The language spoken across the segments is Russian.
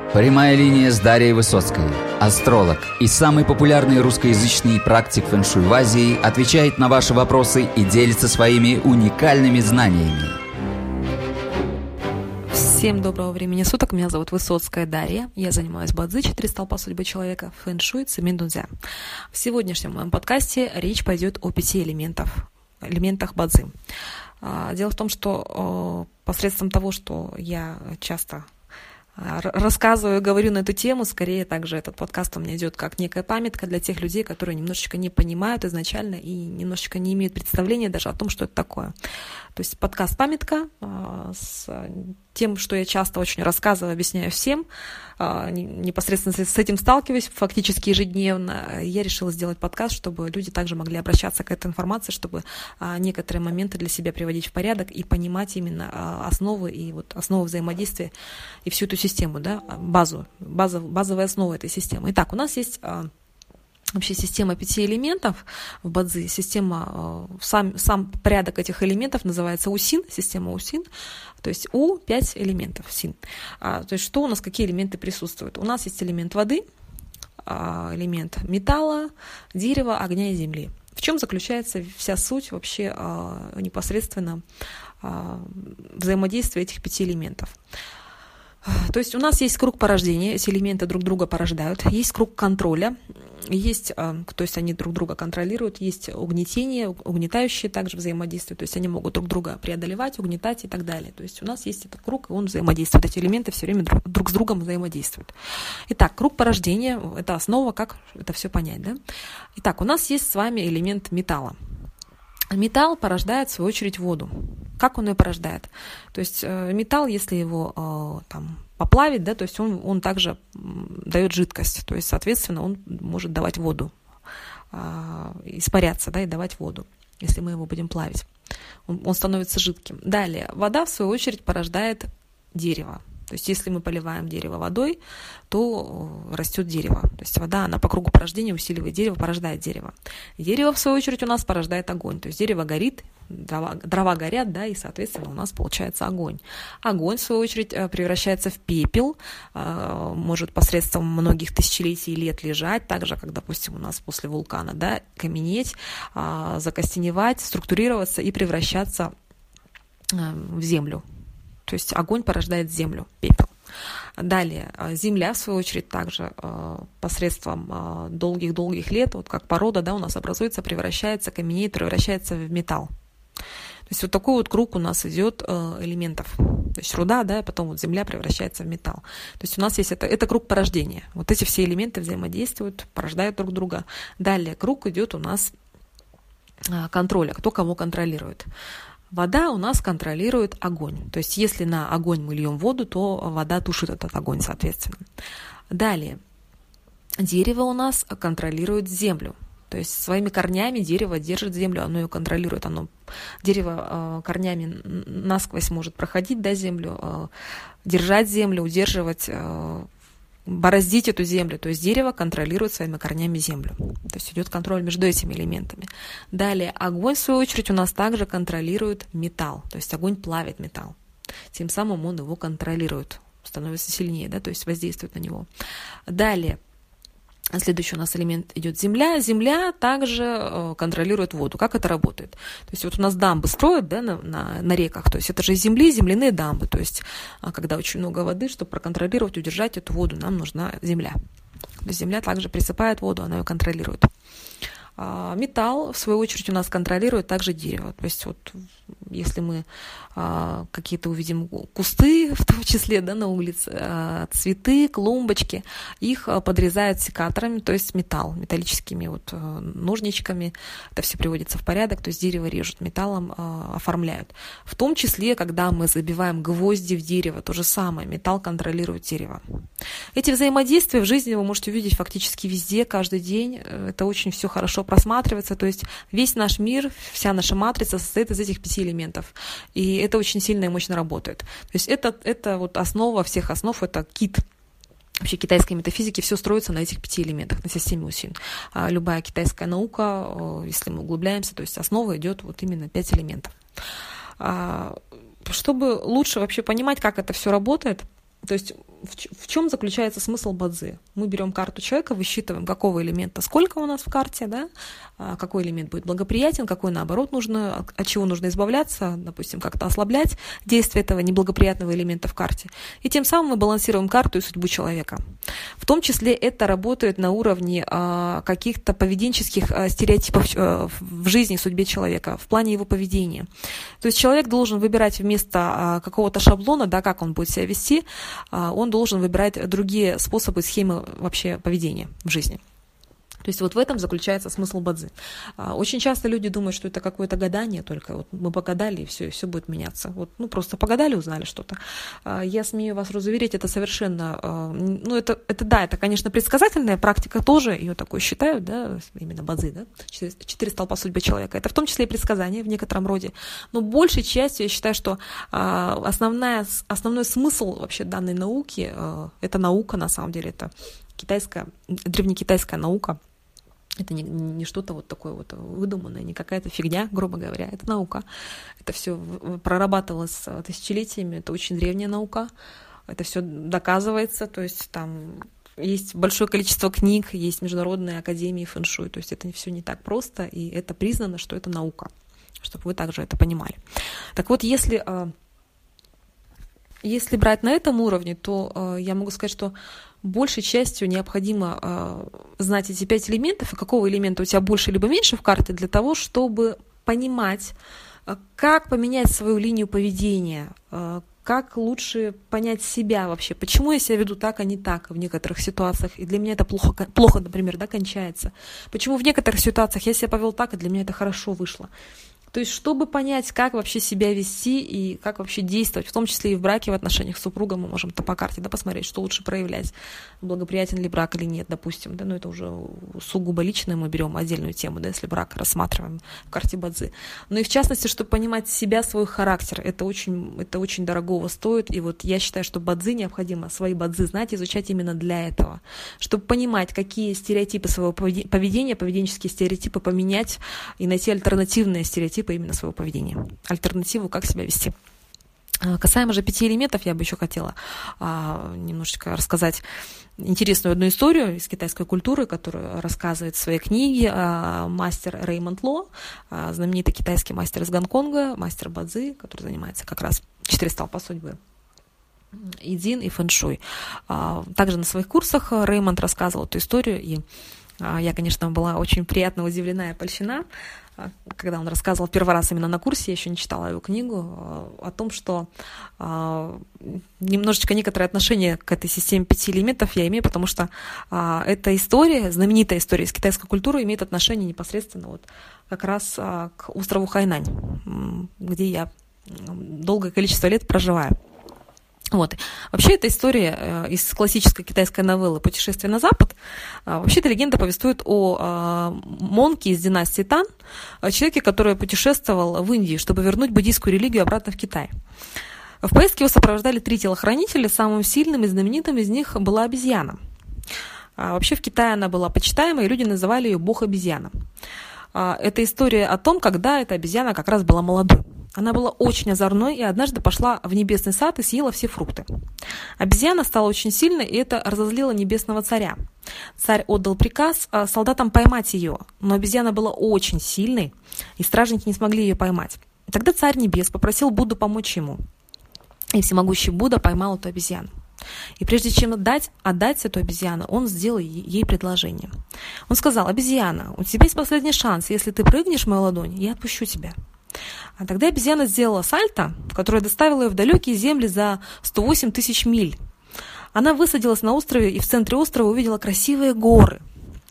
Прямая линия с Дарьей Высоцкой, астролог и самый популярный русскоязычный практик фэн-шуй в Азии, отвечает на ваши вопросы и делится своими уникальными знаниями. Всем доброго времени суток, меня зовут Высоцкая Дарья, я занимаюсь бадзи, 4 столпа судьбы человека, фэн-шуй, цимин дунцзя. В сегодняшнем моем подкасте речь пойдет о 5 элементах бадзи. Дело в том, что посредством того, что я часто рассказываю, говорю на эту тему, скорее также этот подкаст у меня идет как некая памятка для тех людей, которые немножечко не понимают изначально и немножечко не имеют представления даже о том, что это такое. То есть подкаст-памятка с тем, что я часто очень рассказываю, объясняю всем, непосредственно с этим сталкиваюсь фактически ежедневно. Я решила сделать подкаст, чтобы люди также могли обращаться к этой информации, чтобы некоторые моменты для себя приводить в порядок и понимать именно основы и вот основы взаимодействия и всю эту систему, да, базовая основа этой системы. Итак, у нас есть вообще система 5 элементов в бадзи. Система, сам порядок этих элементов называется УСИН, система УСИН, то есть У 5 элементов, СИН. То есть что у нас, какие элементы присутствуют? У нас есть элемент воды, элемент металла, дерева, огня и земли. В чем заключается вся суть вообще непосредственно взаимодействия этих 5 элементов? То есть у нас есть круг порождения, эти элементы друг друга порождают, есть круг контроля, есть, то есть они друг друга контролируют, есть угнетение, угнетающие также взаимодействуют, то есть они могут друг друга преодолевать, угнетать и так далее. То есть у нас есть этот круг, и он взаимодействует, эти элементы все время друг с другом взаимодействуют. Итак, круг порождения – это основа, как это все понять, да? Итак, у нас есть с вами элемент металла. Металл порождает, в свою очередь, воду. Как он ее порождает? То есть металл, если его поплавить, да, то есть он также дает жидкость, то есть, соответственно, он может давать воду, испаряться, да, и давать воду, если мы его будем плавить. Он становится жидким. Далее, вода, в свою очередь, порождает дерево. То есть если мы поливаем дерево водой, то растет дерево. То есть вода, она по кругу порождения усиливает дерево, порождает дерево. Дерево, в свою очередь, у нас порождает огонь. То есть дерево горит, дрова горят, да, и, соответственно, у нас получается огонь. Огонь, в свою очередь, превращается в пепел, может посредством многих тысячелетий и лет лежать, так же, как, допустим, у нас после вулкана, да, каменеть, закостеневать, структурироваться и превращаться в землю. То есть огонь порождает землю, пепел. Далее, земля, в свою очередь, также посредством долгих-долгих лет, вот как порода, да, у нас образуется, превращается, каменеет, превращается в металл. То есть вот такой вот круг у нас идет элементов. То есть руда, да, потом вот земля превращается в металл. То есть у нас есть это круг порождения. Вот эти все элементы взаимодействуют, порождают друг друга. Далее круг идет у нас контроля, кто кого контролирует. Вода у нас контролирует огонь. То есть если на огонь мы льем воду, то вода тушит этот огонь, соответственно. Далее, дерево у нас контролирует землю. То есть своими корнями дерево держит землю, оно ее контролирует. Дерево корнями насквозь может проходить, да, землю, держать землю, удерживать, бороздить эту землю. То есть дерево контролирует своими корнями землю. То есть идет контроль между этими элементами. Далее огонь, в свою очередь, у нас также контролирует металл. То есть огонь плавит металл. Тем самым он его контролирует, становится сильнее, да, то есть воздействует на него. Далее, следующий у нас элемент идет земля. Земля также контролирует воду. Как это работает? То есть вот у нас дамбы строят, да, на реках. То есть это же из земли земляные дамбы. То есть когда очень много воды, чтобы проконтролировать, удержать эту воду, нам нужна земля. То есть земля также присыпает воду, она ее контролирует. Металл, в свою очередь, у нас контролирует также дерево. То есть вот если мы какие-то увидим кусты, в том числе, да, на улице, цветы, клумбочки, их подрезают секаторами, то есть металлическими вот ножничками. Это все приводится в порядок, то есть дерево режут металлом, оформляют. В том числе, когда мы забиваем гвозди в дерево, то же самое, металл контролирует дерево. Эти взаимодействия в жизни вы можете увидеть фактически везде, каждый день. Это очень все хорошо просматривается, то есть весь наш мир, вся наша матрица состоит из этих 5 элементов. И это очень сильно и мощно работает. То есть это вот основа всех основ, это кит. Вообще китайской метафизики все строится на этих 5 элементах, на системе УСИН. Любая китайская наука, если мы углубляемся, то есть основа идет вот именно 5 элементов. Чтобы лучше вообще понимать, как это все работает, то есть в чем заключается смысл бадзи? Мы берем карту человека, высчитываем, какого элемента сколько у нас в карте, да? Какой элемент будет благоприятен, какой, наоборот, нужно, от чего нужно избавляться, допустим, как-то ослаблять действие этого неблагоприятного элемента в карте. И тем самым мы балансируем карту и судьбу человека. В том числе это работает на уровне каких-то поведенческих стереотипов в жизни, в судьбе человека, в плане его поведения. То есть человек должен выбирать вместо какого-то шаблона, да, как он будет себя вести, он должен выбирать другие способы, схемы вообще поведения в жизни. То есть вот в этом заключается смысл бадзи. Очень часто люди думают, что это какое-то гадание только. Вот мы погадали, и все будет меняться. Вот, просто погадали, узнали что-то. Я смею вас разуверить, это совершенно... это, конечно, предсказательная практика тоже, ее такой считают, да, именно бадзи, да, 4 столпа судьбы человека. Это в том числе и предсказание в некотором роде. Но большей частью я считаю, что основной смысл вообще данной науки, это наука, на самом деле, это древнекитайская наука. Это не что-то вот такое вот выдуманное, не какая-то фигня, грубо говоря. Это наука. Это все прорабатывалось тысячелетиями. Это очень древняя наука. Это все доказывается. То есть там есть большое количество книг, есть международные академии фэн-шуй. То есть это все не так просто, и это признано, что это наука. Чтобы вы также это понимали. Так вот, если брать на этом уровне, то я могу сказать, что большей частью необходимо знать эти 5 элементов, и какого элемента у тебя больше либо меньше в карте, для того, чтобы понимать, как поменять свою линию поведения, как лучше понять себя вообще, почему я себя веду так, а не так в некоторых ситуациях, и для меня это плохо, например, да, кончается. Почему в некоторых ситуациях я себя повел так, и для меня это хорошо вышло. То есть, чтобы понять, как вообще себя вести и как вообще действовать, в том числе и в браке, в отношениях с супругом, мы можем по карте, да, посмотреть, что лучше проявлять, благоприятен ли брак или нет, допустим, да, но это уже сугубо личное, мы берем отдельную тему, да, если брак рассматриваем в карте бадзи. Но и в частности, чтобы понимать себя, свой характер, это очень дорогого стоит, и вот я считаю, что бадзи необходимо, свои бадзи знать, изучать именно для этого, чтобы понимать, какие стереотипы своего поведения, поведенческие стереотипы поменять и найти альтернативные стереотипы именно своего поведения, альтернативу, как себя вести. Касаемо же 5 элементов, я бы еще хотела немножечко рассказать интересную одну историю из китайской культуры, которую рассказывает в своей книге мастер Реймонд Ло, знаменитый китайский мастер из Гонконга, мастер бадзи, который занимается как раз 4 столпа судьбы, и дзин, и фэн-шуй. Также на своих курсах Реймонд рассказывал эту историю, и я, конечно, была очень приятно удивлена и польщена, когда он рассказывал первый раз именно на курсе, я еще не читала его книгу, о том, что немножечко некоторое отношение к этой системе 5 элементов я имею, потому что эта история, знаменитая история из китайской культуры, имеет отношение непосредственно вот как раз к острову Хайнань, где я долгое количество лет проживаю. Вот. Вообще, эта история из классической китайской новеллы «Путешествие на Запад». Вообще, эта легенда повествует о монке из династии Тан, человеке, который путешествовал в Индию, чтобы вернуть буддийскую религию обратно в Китай. В поездке его сопровождали 3 телохранителя, самым сильным и знаменитым из них была обезьяна. Вообще, в Китае она была почитаема, и люди называли ее бог-обезьяна. Это история о том, когда эта обезьяна как раз была молодой. Она была очень озорной и однажды пошла в небесный сад и съела все фрукты. Обезьяна стала очень сильной, и это разозлило небесного царя. Царь отдал приказ солдатам поймать ее, но обезьяна была очень сильной, и стражники не смогли ее поймать. И тогда царь небес попросил Будду помочь ему. И всемогущий Будда поймал эту обезьяну. И прежде чем отдать эту обезьяну, он сделал ей предложение. Он сказал: «Обезьяна, у тебя есть последний шанс. Если ты прыгнешь в мою ладонь, я отпущу тебя». А тогда обезьяна сделала сальто, которое доставило ее в далекие земли за 108 тысяч миль. Она высадилась на острове и в центре острова увидела красивые горы.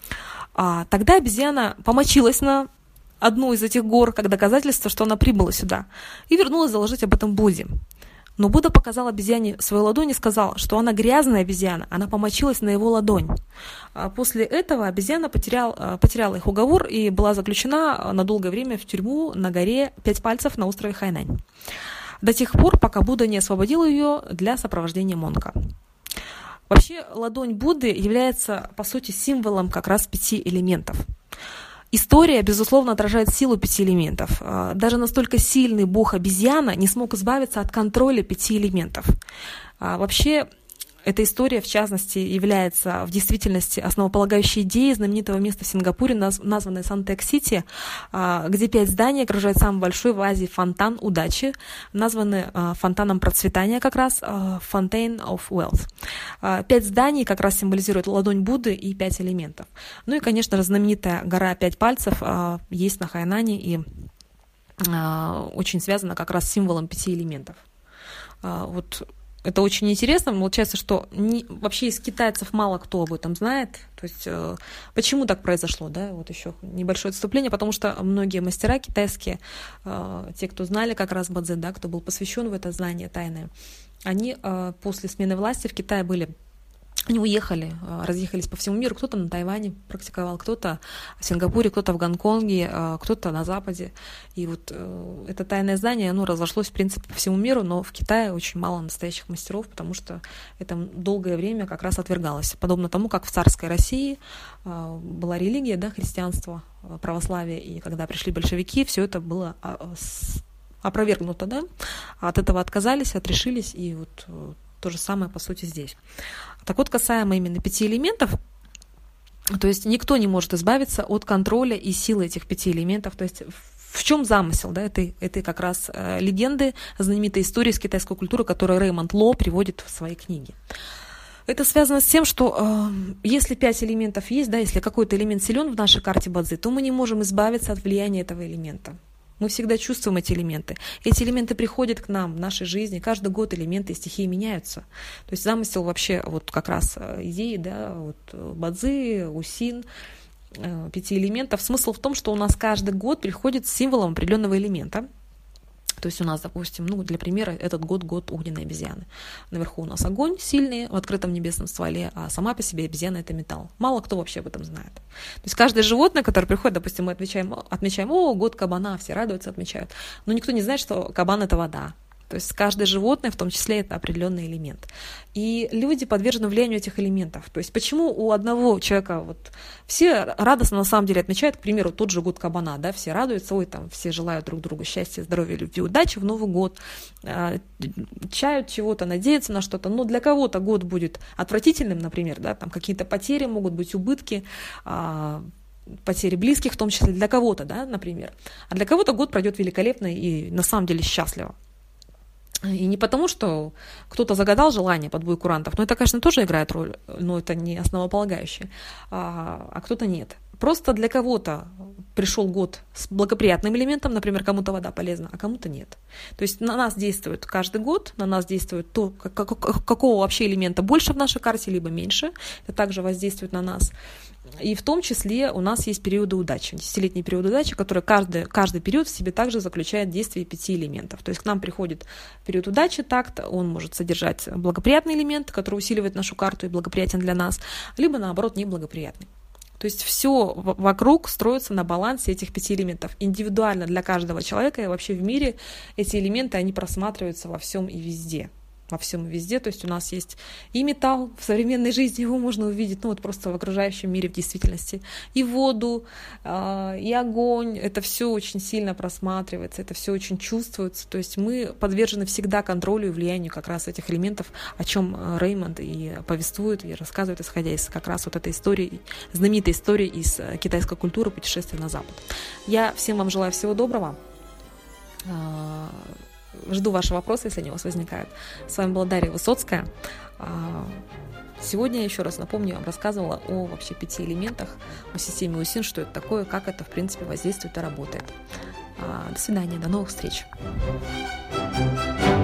Тогда обезьяна помочилась на одну из этих гор, как доказательство, что она прибыла сюда, и вернулась доложить об этом Будде. Но Будда показал обезьяне свою ладонь и сказал, что она грязная обезьяна, она помочилась на его ладонь. После этого обезьяна потеряла их уговор и была заключена на долгое время в тюрьму на горе 5 пальцев на острове Хайнань. До тех пор, пока Будда не освободил ее для сопровождения монка. Вообще, ладонь Будды является, по сути, символом как раз 5 элементов. История, безусловно, отражает силу 5 элементов. Даже настолько сильный бог-обезьяна не смог избавиться от контроля 5 элементов. Вообще, Эта история, в частности, является в действительности основополагающей идеей знаменитого места в Сингапуре, названной Сантек-Сити, где 5 зданий окружает самый большой в Азии фонтан удачи, названный фонтаном процветания как раз Fountain of Wealth. 5 зданий как раз символизируют ладонь Будды и 5 элементов. Ну и, конечно же, знаменитая гора 5 пальцев есть на Хайнане и очень связана как раз с символом 5 элементов. Вот это очень интересно. Получается, что вообще из китайцев мало кто об этом знает. То есть почему так произошло, да? Вот еще небольшое отступление, потому что многие мастера китайские, те, кто знали как раз Бадзи, да, кто был посвящен в это знание тайное, они после смены власти в Китае были. Они уехали, разъехались по всему миру. Кто-то на Тайване практиковал, кто-то в Сингапуре, кто-то в Гонконге, кто-то на Западе. И вот это тайное знание, оно разошлось, в принципе, по всему миру, но в Китае очень мало настоящих мастеров, потому что это долгое время как раз отвергалось. Подобно тому, как в царской России была религия, да, христианство, православие, и когда пришли большевики, все это было опровергнуто, да, от этого отказались, отрешились, и вот то же самое, по сути, здесь. Так вот, касаемо именно 5 элементов, то есть никто не может избавиться от контроля и силы этих 5 элементов. То есть в чем замысел, да, этой как раз легенды, знаменитой истории с китайской культуры, которую Реймонд Ло приводит в своей книге. Это связано с тем, что если 5 элементов есть, да, если какой-то элемент силен в нашей карте Бадзи, то мы не можем избавиться от влияния этого элемента. Мы всегда чувствуем эти элементы. Эти элементы приходят к нам в нашей жизни. Каждый год элементы и стихии меняются. То есть замысел вообще вот как раз идеи, да, вот Бадзи, Усин, 5 элементов. Смысл в том, что у нас каждый год приходит с символом определенного элемента. То есть у нас, допустим, для примера, этот год огненной обезьяны. Наверху у нас огонь сильный в открытом небесном стволе, а сама по себе обезьяна — это металл. Мало кто вообще об этом знает. То есть каждое животное, которое приходит, допустим, мы отмечаем, год кабана, все радуются, отмечают. Но никто не знает, что кабан — это вода. То есть каждое животное, в том числе, это определенный элемент. И люди подвержены влиянию этих элементов. То есть почему у одного человека вот все радостно на самом деле отмечают, к примеру, тот же год кабана, да, все радуются, там все желают друг другу счастья, здоровья, любви, удачи в Новый год, чают чего-то, надеются на что-то. Но для кого-то год будет отвратительным, например, да, там какие-то потери могут быть, убытки, потери близких, в том числе для кого-то, да, например. А для кого-то год пройдет великолепно и на самом деле счастливо. И не потому, что кто-то загадал желание под бой курантов, но это, конечно, тоже играет роль, но это не основополагающее, а кто-то нет. Просто для кого-то пришел год с благоприятным элементом, например, кому-то вода полезна, а кому-то нет. То есть на нас действует каждый год, на нас действует то, какого вообще элемента больше в нашей карте, либо меньше. Это также воздействует на нас. И в том числе у нас есть периоды удачи, 10-летний период удачи, который каждый период в себе также заключает действие 5 элементов. То есть к нам приходит период удачи, такт, он может содержать благоприятный элемент, который усиливает нашу карту и благоприятен для нас, либо наоборот неблагоприятный. То есть все вокруг строится на балансе этих 5 элементов. Индивидуально для каждого человека и вообще в мире эти элементы, они просматриваются во всем и везде. Во всем и везде. То есть у нас есть и металл, в современной жизни его можно увидеть, ну вот просто в окружающем мире в действительности, и воду, и огонь. Это все очень сильно просматривается, это все очень чувствуется. То есть мы подвержены всегда контролю и влиянию как раз этих элементов, о чем Реймонд и повествует, и рассказывает, исходя из как раз вот этой истории, знаменитой истории из китайской культуры путешествия на Запад. Я всем вам желаю всего доброго. Жду ваши вопросы, если они у вас возникают. С вами была Дарья Высоцкая. Сегодня, еще раз напомню, я вам рассказывала о вообще 5 элементах, о системе Усин, что это такое, как это, в принципе, воздействует и работает. До свидания, до новых встреч.